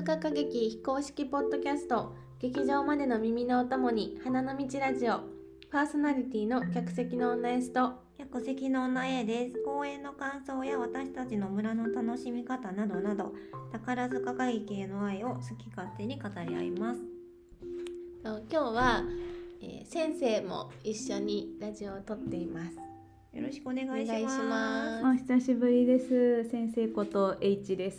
中歌劇非公式ポッドキャスト、劇場までの耳のお供に花の道ラジオ、パーソナリティの客席の女 S と客席の女 A です。公演の感想や私たちの村の楽しみ方などなど、宝塚歌劇への愛を好き勝手に語り合います。 今日は、先生も一緒にラジオを撮っています。 よろしくお願いしお願いします。 ます。 お久しぶりです。先生こと H です。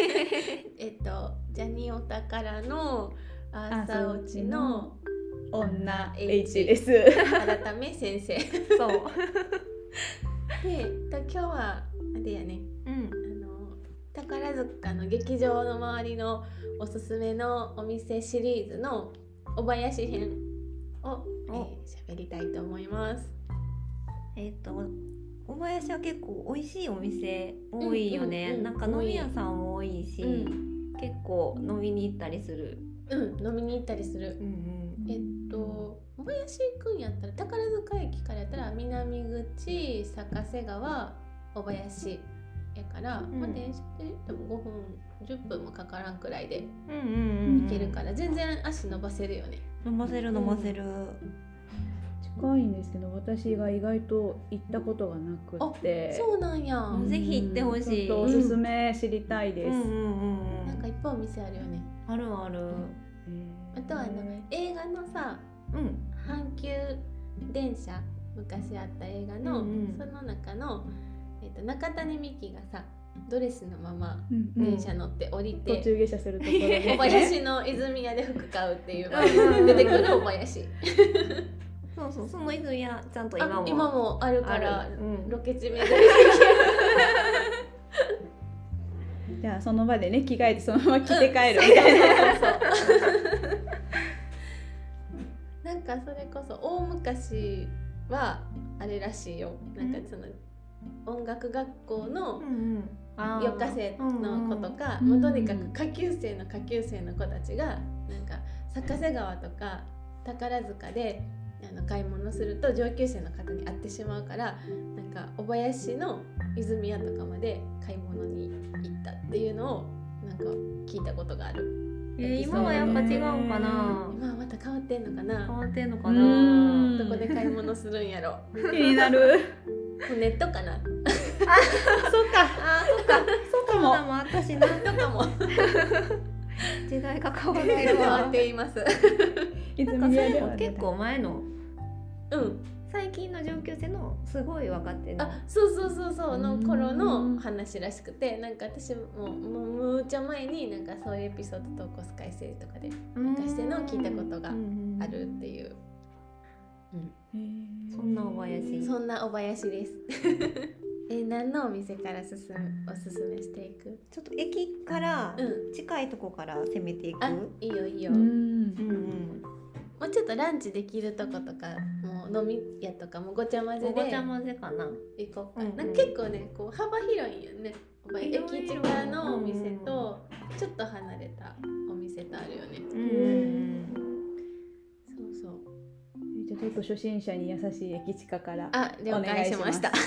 ジャニオタからのアーサー落ちの女 H です。 改め先生。 そう。 で、今日はあれやね。宝塚の劇場の周りのおすすめのお店シリーズのお囃子編を喋りたいと思います。 お囃子は結構美味しいお店多いよね。なんか飲み屋さんも多いし、結構飲みに行ったりする。 飲みに行ったりする。お囃子行くんやったら宝塚駅からやったら南口、坂瀬川、お囃子やから、電車で多分5分10分もかからんくらいで行けるから全然足伸ばせるよね。 伸ばせる。 近いんですけど、私が意外と行ったことがなくて。 そうなんや。 ぜひ行ってほしい。 ちょっとおすすめ知りたいです。 なんかいっぱいお店あるよね。 あるある。 あとは映画のさ、阪急電車、昔あった映画の、その中の、中谷美紀がさドレスのまま電車乗って降りて、 途中下車するところで、 お囃子の泉屋で服買うっていう出てくるお囃子。 そう、その泉屋ちゃんと今もあるからロケ地巡りでじゃあその場でね着替えてそのまま着て帰るみたいな。 なんかそれこそ大昔はあれらしいよ。なんかその音楽学校の4科生の子とか、もうとにかく下級生の子たちがなんか坂瀬川とか宝塚で買い物すると上級生の方に会ってしまうから、なんかお囃子の泉屋とかまで買い物に行ったっていうのをなんか聞いたことがある。 今はやっぱ違うんかな。 今はまた変わってんのかな。 どこで買い物するんやろ。 気になる。 ネットかな。 そうかも。 私なんとかも時代が変わってるわ。 変わっています。 泉屋では結構前の最近の上級生のすごい分かってる。 そうの頃の話らしくて、なんか私もむちゃ前になんかそういうエピソード投稿スカイセージとかで昔してのを聞いたことがあるっていう。 そんなお囃子です。何のお店からおすすめしていく？ ちょっと駅から近いとこから攻めていく？ いいよ。もうちょっとランチできるとことか、もう飲み屋とかもごちゃ混ぜでかな行こうか。なんか結構ね、こう幅広いんよね。駅近のお店とちょっと離れたお店とあるよね。そう。 じゃあちょっと初心者に優しい駅近から了解しました。あ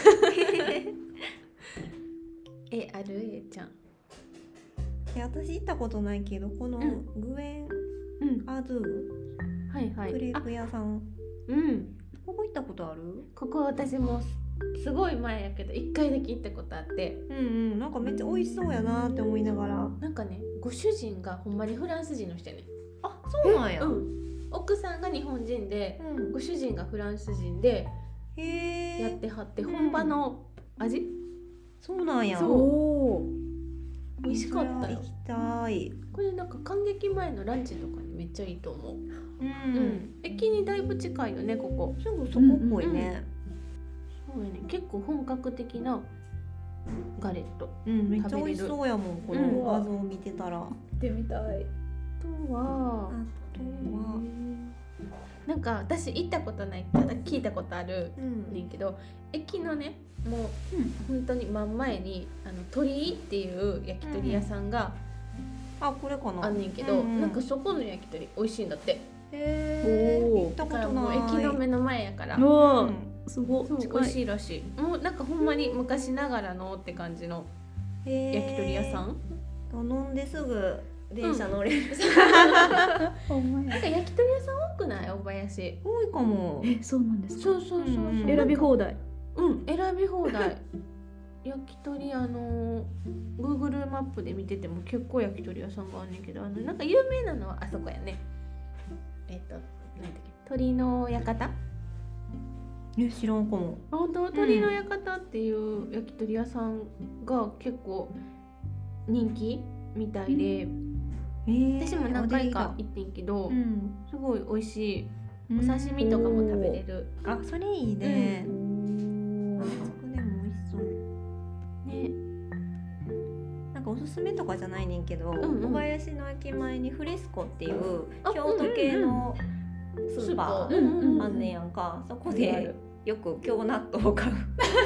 るちゃん。 私行ったことないけど、このグエンアドゥクレープ屋さん、ここ行ったことある？ ここ私もすごい前やけど1回だけ行ったことあって、 なんかめっちゃ美味しそうやなって思いながら、 なんかね、ご主人がほんまにフランス人の人やね。 あ、そうなんや。 奥さんが日本人で、ご主人がフランス人でやってはって、本場の味。 そうなんや。 美味しかったよ。 行きたい。 これなんか観劇前のランチとかにめっちゃいいと思う。駅にだいぶ近いよね、ここ。 すぐそこっぽいね。 そうやね。結構本格的なガレット。 めっちゃ美味しそうやもん、この画像を見てたら。 行ってみたい。 あとはなんか私行ったことないから聞いたことあるねんけど、駅のね、もう本当に真ん前に鳥居っていう焼き鳥屋さんがこれかなあんねんけど、なんかそこの焼き鳥美味しいんだって。 行ったことない。 だからもう駅の目の前やから、 すごい美味しいらしい。もうなんかほんまに昔ながらのって感じの焼き鳥屋さん。 飲んですぐ電車乗れる。 なんか焼き鳥屋さん多くない？大林。 多いかも。 そうなんですか。 そう。 選び放題。 選び放題。焼き鳥Google マップで見てても結構焼き鳥屋さんがあんねんけど、なんか有名なのはあそこやね。なんだっけ、鳥の館？ 知らんかも。 本当、鳥の館っていう焼き鳥屋さんが結構人気みたいで、私も何回か行ってんけど、すごい美味しい。お刺身とかも食べれる。 あ、それいいね。あそこでも美味しそうね。なんかおすすめとかじゃないねんけど、小林の駅前にフレスコっていう京都系のスーパーあんねんやんか。そこでよく京納豆を買う。めっち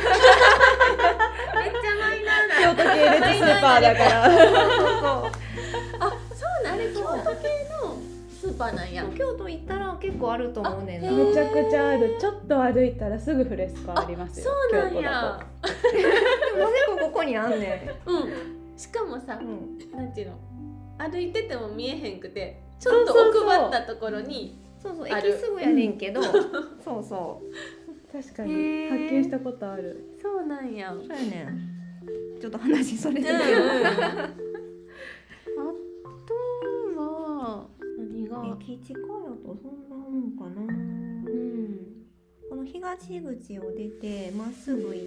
ゃマイナーな京都系レッドスーパーだから。 あ、そうなん、あれ京都系のスーパーなんや。 京都行ったら結構あると思うねんな。 めちゃくちゃある。ちょっと歩いたらすぐフレスコありますよ。 そうなんや。 でもなぜかここにあんねん。しかもさ、なんていうの、歩いてても見えへんくて、ちょっと奥まったところに。 そう駅すぐやねんけど、そう確かに発見したことある。 そうなんや。 そうやねん。ちょっと話それてるけど。 あとは何が？ 駅近いとそんなもんかな。この東口を出てまっすぐ行って、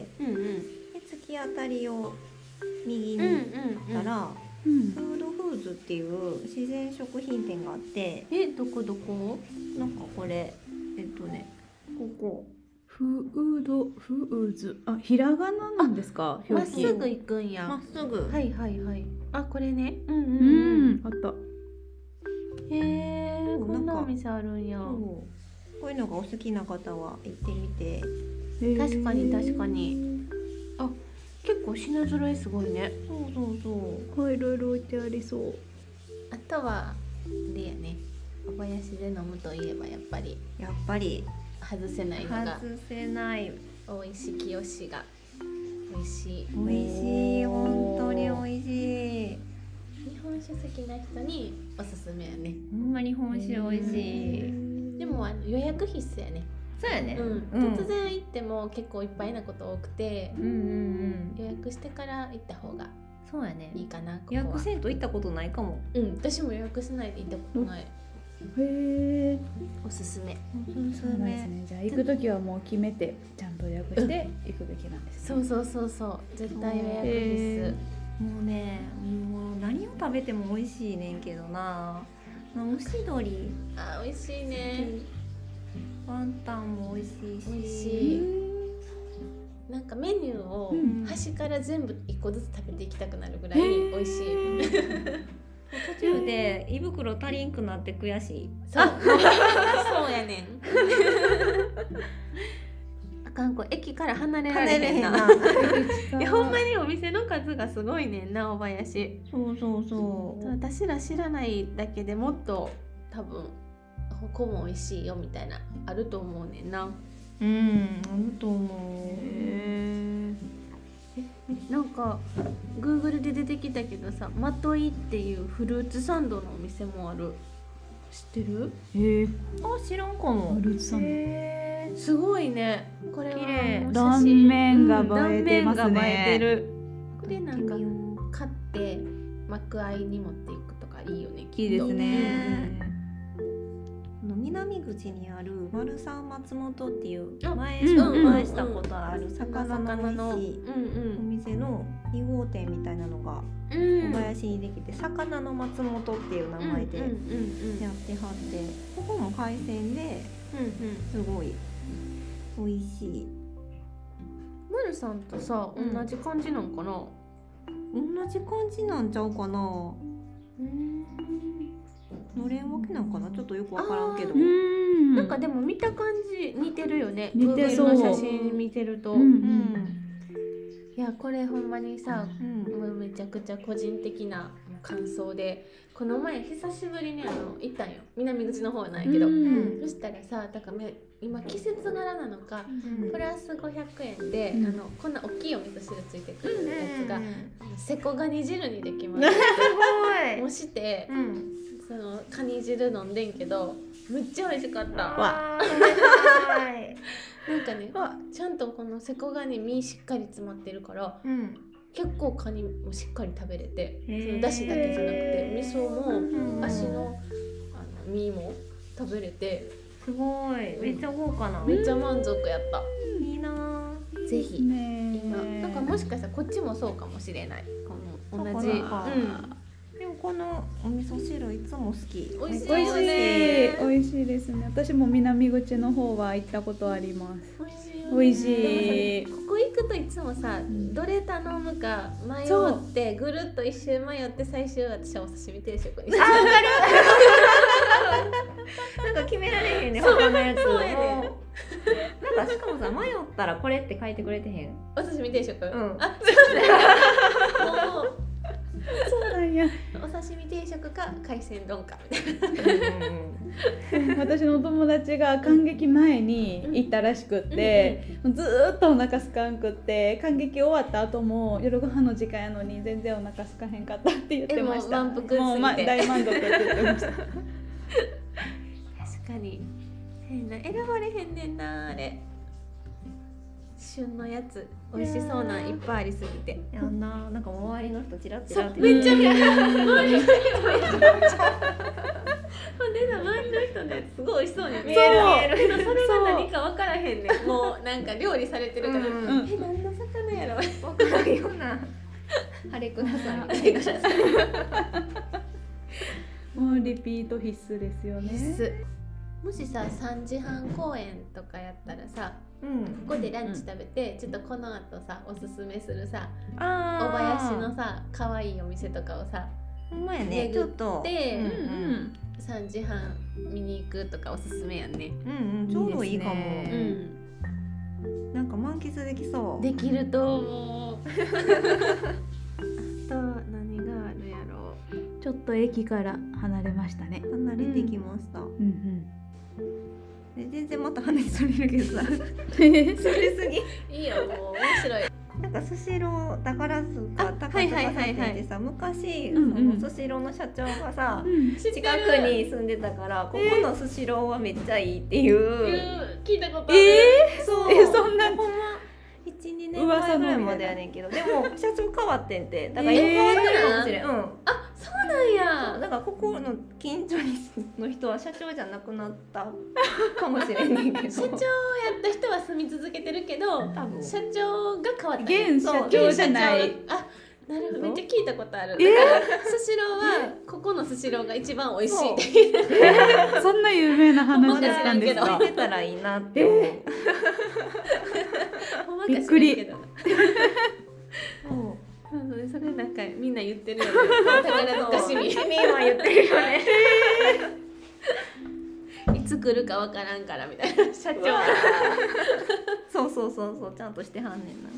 で突き当たりを右に行ったら、フードフーズっていう自然食品店があって。 どこ？ なんかこれここ。 フードフーズ。あ、ひらがななんですか？ まっすぐ行くんや。 まっすぐ。 はい。あ、これね。 あった。 こんなお店あるんや。 こういうのがお好きな方は行ってみて。 確かに。あ、結構品揃えすごいね。 そう。 はい、いろいろ置いてありそう。 あとはでやね。小林で飲むといえばやっぱり外せないのが大石清が美味しい。 本当に美味しい。 日本酒好きな人におすすめやね。 ほんまに日本酒美味しい。 でも予約必須やね。 そうやね。 突然行っても結構いっぱいなこと多くて、予約してから行った方がそうやね。 いいかな。 予約せんと行ったことないかも。 私も予約しないで行ったことない。おすすめ。 じゃあ行くときはもう決めてちゃんと予約して行くべきなんですね。 そう絶対予約必須。 もう何を食べても美味しいねんけどな。蒸し鶏美味しいね。 ワンタンも美味しいし。 美味しい。なんかメニューを端から全部一個ずつ食べていきたくなるぐらい美味しい。 途中で胃袋足りんくなって悔しい。 そうやねん。あかん、こ駅から離れられへんな。いや、ほんまにお店の数がすごいねんな、小林。 そう私ら知らないだけでもっと多分ここも美味しいよみたいなあると思うねんな。 あると思う。 なんか Google で出てきたけどさ、まといっていうフルーツサンドのお店もある。知ってる？ 知らんかも。 フルーツサンド。 すごいね。これは綺麗。 断面が映えてますね。 これなんか買って幕間に持っていくとかいいよね。 いいですね。 南口にある丸三松本っていう前したことある魚の美味しいお店の2号店みたいなのが小林にできて、魚の松本っていう名前でやってはって、ここも海鮮ですごい美味しい。 丸さんとさ、同じ感じなんかな？ 同じ感じなんちゃうかな。のれんわけなんかな、ちょっとよくわからんけど。 なんかでも見た感じ似てるよね。 似てそう。 Google の写真見てると。いや、これほんまにさ、もうめちゃくちゃ個人的な感想で、この前久しぶりに行ったんよ。南口の方なんやけど、そしたらさ、だから今季節柄なのか、プラス500円で、こんな大きいお味噌汁ついてくるやつが、セコガニ汁にできます。すごい。もして、そのカニ汁飲んでんけど、むっちゃ美味しかった。わ。なんかね、ちゃんとこのセコガニ身しっかり詰まってるから、結構カニもしっかり食べれて、そのだしだけじゃなくて味噌も足の身も食べれて、 すごい、めっちゃ豪華な、 めっちゃ満足やった。 いいな。 ぜひ今なんかもしかしたらこっちもそうかもしれない。この同じ。 でもこのお味噌汁いつも好き。 美味しいね。美味しいですね。私も南口の方は行ったことあります。美味しい。 ここ行くといつもさ、どれ頼むか迷ってぐるっと一周迷って最終私はお刺身定食にして。 なんか決められへんね。他のやつ。そうやね。なんかしかもさ、迷ったらこれって書いてくれてへん。 お刺身定食。あ、 そうなんや。 お刺身定食か海鮮丼かみたいな。 私のお友達が感激前に行ったらしくって、ずーっとお腹すかんくって、感激終わった後も夜ご飯の時間やのに全然お腹すかへんかったって言ってました。 もう満腹すぎて、 もう大満足って言ってました。確かに変な選ばれへんねんな、あれ。旬のやつ美味しそうなんいっぱいありすぎて。 やんな、なんか周りの人チラッチラってめっちゃ見る。周りの人ほんでさ、周りの人のやつすごい美味しそうに見える。けどそれが何か分からへんねん。もうなんか料理されてるから、何の魚やろ分からんような。 あれくださいみたいな。 もうリピート必須ですよね。 必須。もしさ、3時半公演とかやったらさ、ここでランチ食べて、ちょっとこの後さおすすめするさ、小林のさ可愛いお店とかをさ、 ほんまやね、 巡って3時半見に行くとかおすすめやんね。 ちょうどいいかも。なんか満喫できそう。 できると思う。あと何があるやろう。ちょっと駅から離れましたね。 離れてきました。全然また話それるけどさ、それすぎ。 いいよ、もう面白い。 なんかスシロー宝塚高塚さんってさ、昔そのスシローの社長がさ、近くに住んでたから、ここのスシローはめっちゃいいっていう聞いたことある。 そんなほんま1-2年前ぐらいまでやねんけど、でも社長変わってんて、だから今変わってるかもしれん。 あ、そうなんや。 だからここの近所の人は社長じゃなくなったかもしれんねんけど、 社長やった人は住み続けてるけど、多分社長が変わった。 現社長じゃない。 あ、なるほど。めっちゃ聞いたことある。だからスシローはここのスシローが一番美味しいっていう。 そんな有名な話だったんですか。 置いてたらいいなって思う。 びっくり。 それなんかみんな言ってるよね。宝塚市民は言ってるよね。 いつ来るかわからんからみたいな社長が。 そうちゃんとしてはんねんな。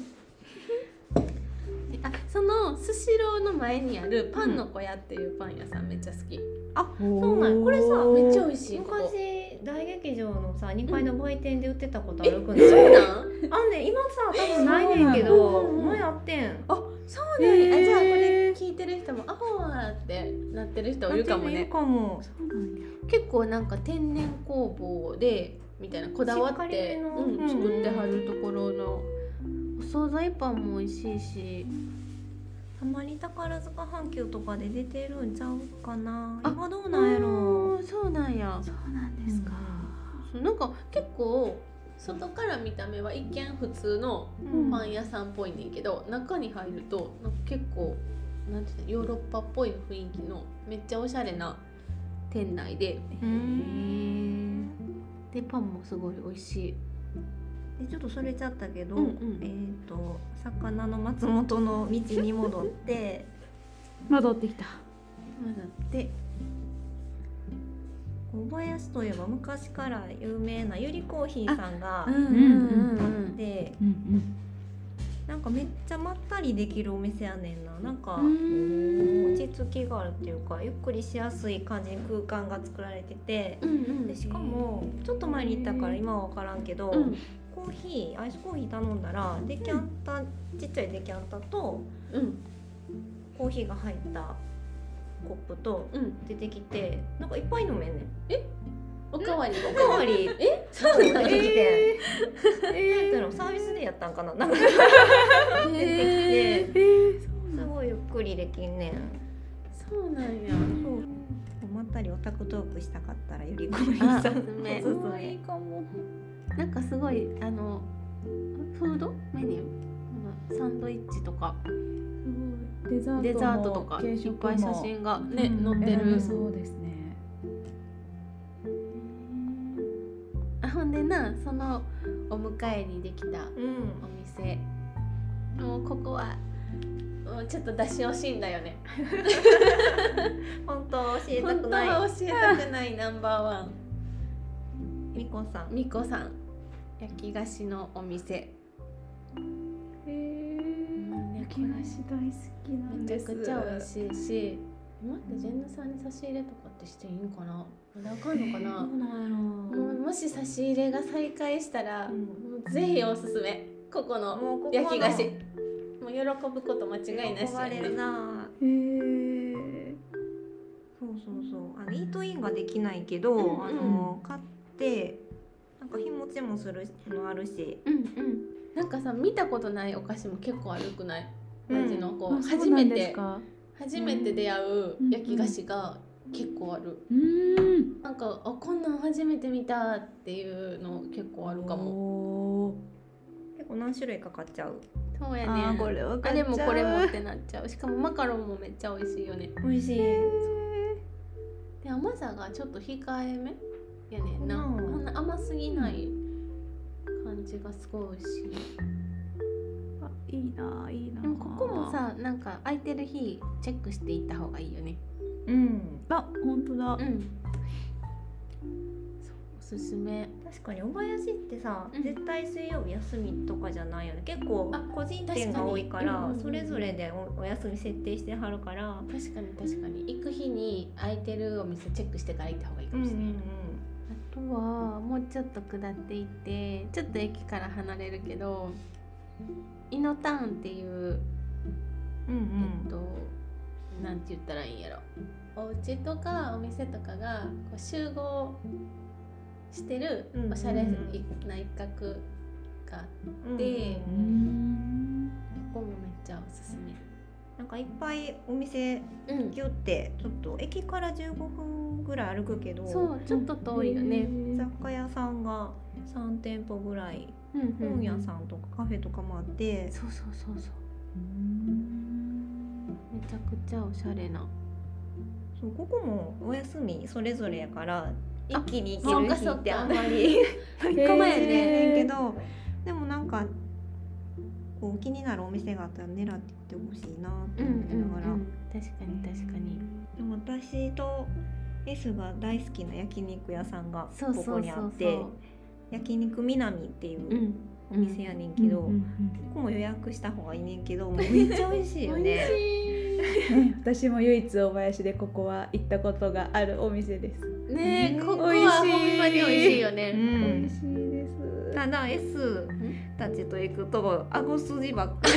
あ、そのスシローの前にあるパンの小屋っていうパン屋さんめっちゃ好き。 あ、そうなん。これさ、 めっちゃ美味しい。 昔大劇場のさ2階の売店で売ってたことあるくない？ そうなん？ あんね、今さ多分ないねんけど、前あってん。 あ、そうなんや。じゃあこれ聞いてる人もアホーってなってる人いるかもね。結構なんか天然工房でみたいなこだわって作ってはるところのお惣菜パンも美味しいし。 たまに宝塚阪急とかで出てるんちゃうかな。今どうなんやろ。 そうなんや。 そうなんですか。 なんか結構外から見た目は一見普通のパン屋さんっぽいねんけど、中に入るとなんか結構なんていうの、ヨーロッパっぽい雰囲気のめっちゃおしゃれな店内で、でパンもすごい美味しい。 ちょっとそれちゃったけど、魚の松本の道に戻って戻ってきた。 戻って小林といえば昔から有名なゆりコーヒーさんがあって、なんなんかめっちゃまったりできるお店やねんな。なんか落ち着きがあるっていうか、ゆっくりしやすい感じに空間が作られてて、でしかもちょっと前に行ったから今は分からんけど、コーヒーアイスコーヒー頼んだらデキャンタ、ちっちゃいデキャンタと、コーヒーが入ったコップと出てきて、なんかいっぱい飲めんねん。 おかわりそう出てきて、サービスでやったんかな、なんか出てきて、すごいゆっくりできんねん。 そうなんや。 まったりオタクトークしたかったらゆりこりさんおすすめ。 いいかも。 なんかすごいフードメニュー、サンドイッチとかデザートとかいっぱい写真がね載ってる。 そうですね。 ほんでな、そのお迎えにできたお店、もうここはもうちょっと出し惜しいんだよね。 本当教えたくない。 本当は教えたくないナンバーワン。 みこさん。 みこさん、焼き菓子のお店。 焼き菓子大好きなんです。 めちゃくちゃ美味しいし。待って、ジェンヌさんに差し入れとかってしていいんかな。まだあかんのかな。もし差し入れが再開したら、もうぜひおすすめ。ここの焼き菓子。もう喜ぶこと間違いなしやね。 喜ばれるな。そうイートインができないけど、買ってなんか日持ちもするのあるし、 なんかさ、見たことないお菓子も結構あるくない？マジのこう初めて出会う焼き菓子が結構ある。なんかこんなん初めて見たっていうの結構あるかも。 結構何種類か買っちゃう。 そうやね。 これ分かっちゃう。 あれもこれもってなっちゃう。しかもマカロンもめっちゃ美味しいよね。 美味しい。 で、甘さがちょっと控えめやねんな。甘すぎない感じがすごい美味しい。 いいな、いいな。 でもここもさ、なんか空いてる日チェックしていった方がいいよね。 本当だ。 おすすめ。 確かに小林ってさ、絶対水曜日休みとかじゃないよね。結構個人店が多いから、それぞれでお休み設定してはるから。 確かに行く日に空いてるお店チェックしてから行った方がいいかもしれない。あとはもうちょっと下っていって、ちょっと駅から離れるけど、イノタウンっていう、なんて言ったらいいんやろ、お家とかお店とかがこう集合してるおしゃれな一角があって、ここもめっちゃおすすめ。 なんかいっぱいお店ギュってちょっと駅から15分ぐらい歩くけど、 そうちょっと遠いよね。 雑貨屋さんが3店舗ぐらい、本屋さんとかカフェとかもあって、 そうめちゃくちゃおしゃれな。 そうここもお休みそれぞれやから一気に行ける日ってあんまりかもやねけど、でもなんかこう気になるお店があったら狙って行ってほしいなって思いながら。 確かに。 でも私と S が大好きな焼肉屋さんがここにあって、焼肉南っていうお店やねんけど、ここも予約した方がいいねんけど、めっちゃ美味しいよね。 私も唯一大林でここは行ったことがあるお店ですね。ここはほんまに美味しいよね。 美味しいです。 ただ S たちと行くとあご筋ばっかり。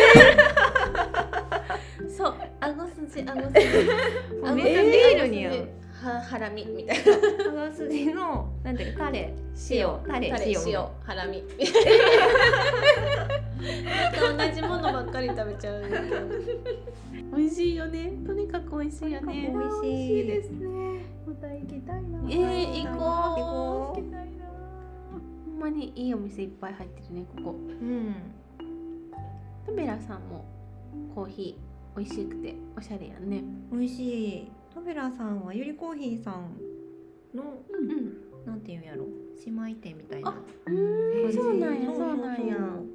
そう、あご筋あご筋ビールに合うハラミみたいな。あご筋のなんていうかタレ塩ハラミ。 同じものばっかり食べちゃうんだけど。美味しいよね。とにかく美味しいよね。 美味しいですね。また行きたいな。 行こう。行きたいな。ほんまにいいお店いっぱい入ってるね、ここ。トベラさんもコーヒー美味しくておしゃれやんね。 美味しい。トベラさんはゆりコーヒーさんの、なんていうんやろ、姉妹店みたいな。 そうなんや。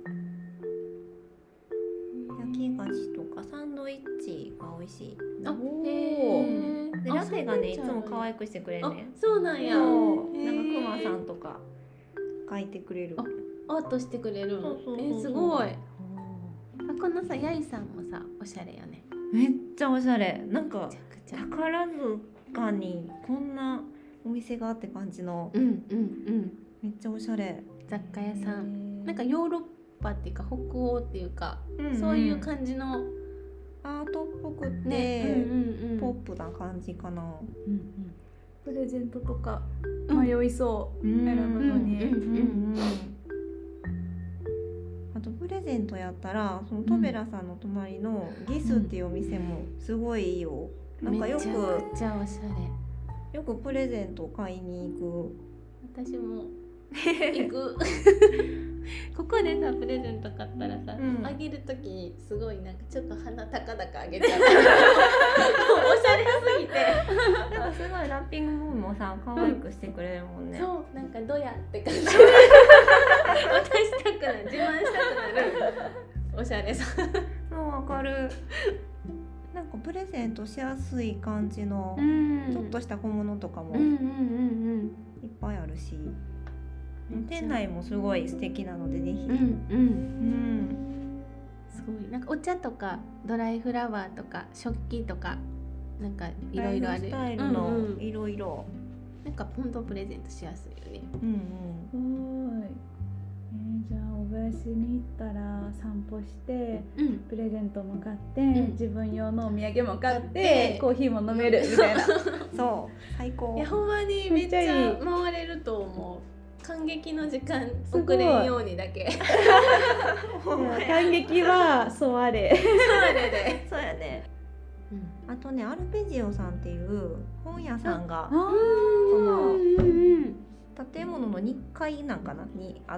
焼き菓子とかサンドイッチが美味しい。 でラテがねいつも可愛くしてくれるね。 そうなんや。 なんかクマさんとか書いてくれる。 アートしてくれる。すごい。 このさやいさんもさおしゃれよね。 めっちゃおしゃれ。なんか宝塚にこんなお店がって感じの、めっちゃおしゃれ雑貨屋さん。なんかヨーロッパっていうか北欧っていうか、そういう感じのアートっぽくて、ポップな感じかな。 プレゼントとか迷いそう選ぶのに。 あとプレゼントやったらそのトベラさんの隣のギスっていうお店もすごいいいよ。なんかよくめちゃくちゃおしゃれ。 よくプレゼント買いに行く。 私も行く。ここでさプレゼント買ったらさ、あげるときにすごいなんかちょっと鼻高々あげちゃう。おしゃれすぎて。 なんかすごいラッピングもさ可愛くしてくれるもんね。 そうなんかドヤって感じ。渡したくなる、自慢したくなるおしゃれさ。 そうわかる。なんかプレゼントしやすい感じのちょっとした小物とかもいっぱいあるし、店内もすごい素敵なのでぜひ。 すごいなんかお茶とかドライフラワーとか食器とかなんかいろいろある。 スタイルのいろいろなんかポンとプレゼントしやすいよね。 じゃあ小林に行ったら散歩して、プレゼントも買って、自分用のお土産も買って、コーヒーも飲めるみたいな。 そう最高。 いやほんまにめっちゃ回れると思う。感激の時間遅れんようにだけ。 感激はそうあれ。 そうやね。あとねアルペジオさんっていう本屋さんがこの建物の2階なんかなにあって、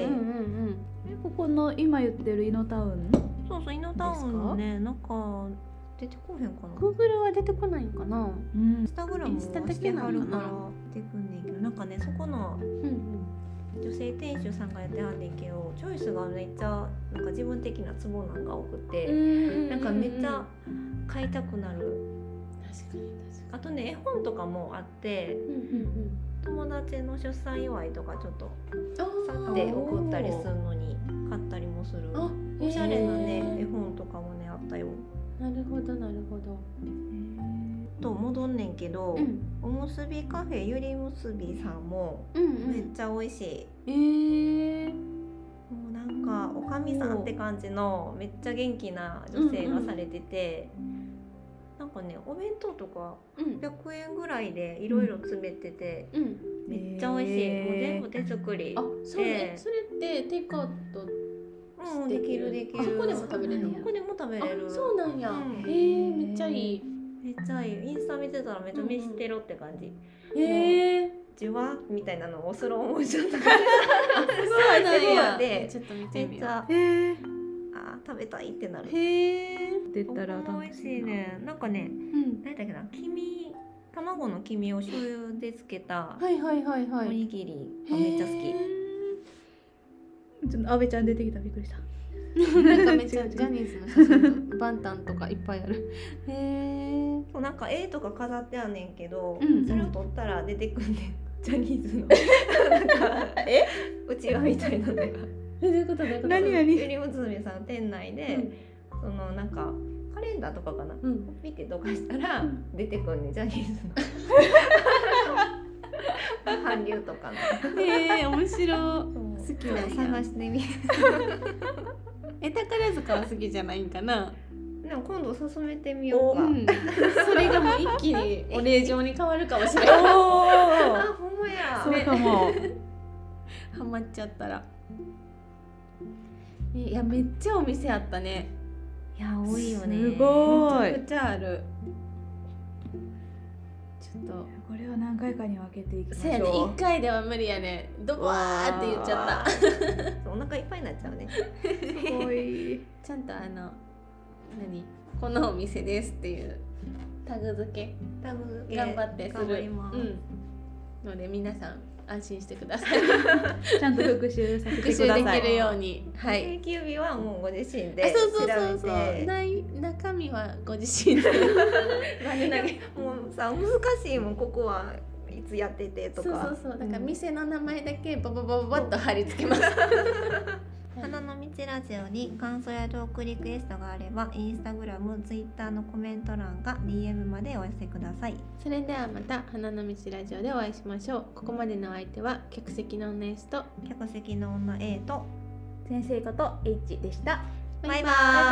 ここの今言ってるイノタウン？ そうイノタウンね、なんか出てこへんかな。 Google は出てこないんかな。 インスタグラムもしてはるから出てくんねんけど、なんかねそこの女性店主さんがやってはんねんけど、チョイスがめっちゃなんか自分的なツボなんが多くて、なんかめっちゃ買いたくなる。 確かに。 あとね絵本とかもあって、友達の出産祝いとかちょっと去って送ったりするのに買ったりもする。おしゃれなね絵本とかもねあったよ。 なるほどなるほど。 と戻んねんけど、おむすびカフェゆりむすびさんもめっちゃ美味しい。もうなんかおかみさんって感じのめっちゃ元気な女性がされてて、なんかねお弁当とか100円ぐらいでいろいろ詰めてて、めっちゃ美味しい。もう全部手作り。 それってテイクアウトできる。 そこでも食べれるの？ ここでも食べれる。 そうなんや。めっちゃいい。 めっちゃいい。インスタ見てたらめっちゃ飯テロって感じ。ジュワみたいなのをスローモーションとかそうなんや。 ちょっと見てみよう。食べたいってなる。 出たら美味しいね。なんかね、何だっけな、卵の黄身を醤油でつけたおにぎりがめっちゃ好き。 ちょっと阿部ちゃん出てきた、びっくりした。 なんかめっちゃジャニーズの写真とバンタンとかいっぱいある。 そうなんか絵とか飾ってあんねんけど、それを撮ったら出てくんねん。ジャニーズのなんかうちわみたいなのが。 どういうこと？ 何？ ゆりむつみさん店内で、そのなんかカレンダーとかかな、ピッてどかしたら出てくんねん、ジャニーズの韓流とかの。 面白い。好きな探してみる。 宝塚は好きじゃないんかな。 でも今度進めてみようか。 それがもう一気にお礼状に変わるかもしれない。 あ、ほんまや。 そうかも。 ハマっちゃったら。いやめっちゃお店あったね。 いや多いよね。 すごい。 めちゃくちゃある。ちょっとこれは何回かに分けていきましょう。 そうやね。1回では無理やね。ドワーって言っちゃった。 お腹いっぱいになっちゃうね。 すごい。 ちゃんとこのお店ですっていうタグ付け頑張ってするので皆さん安心してください。 ちゃんと復習させてください。 復習できるように。 定休日はもうご自身で調べて。 中身はご自身で。 もうさ難しいもん、ここはいつやっててとか。 そうだから店の名前だけババババッと貼り付けます。 花の道ラジオに感想やトークリクエストがあればインスタグラム、ツイッターのコメント欄か DM までお寄せください。 それではまた花の道ラジオでお会いしましょう。ここまでのお相手は客席の女 S と客席の女 A と先生こと H でした。 バイバーイ。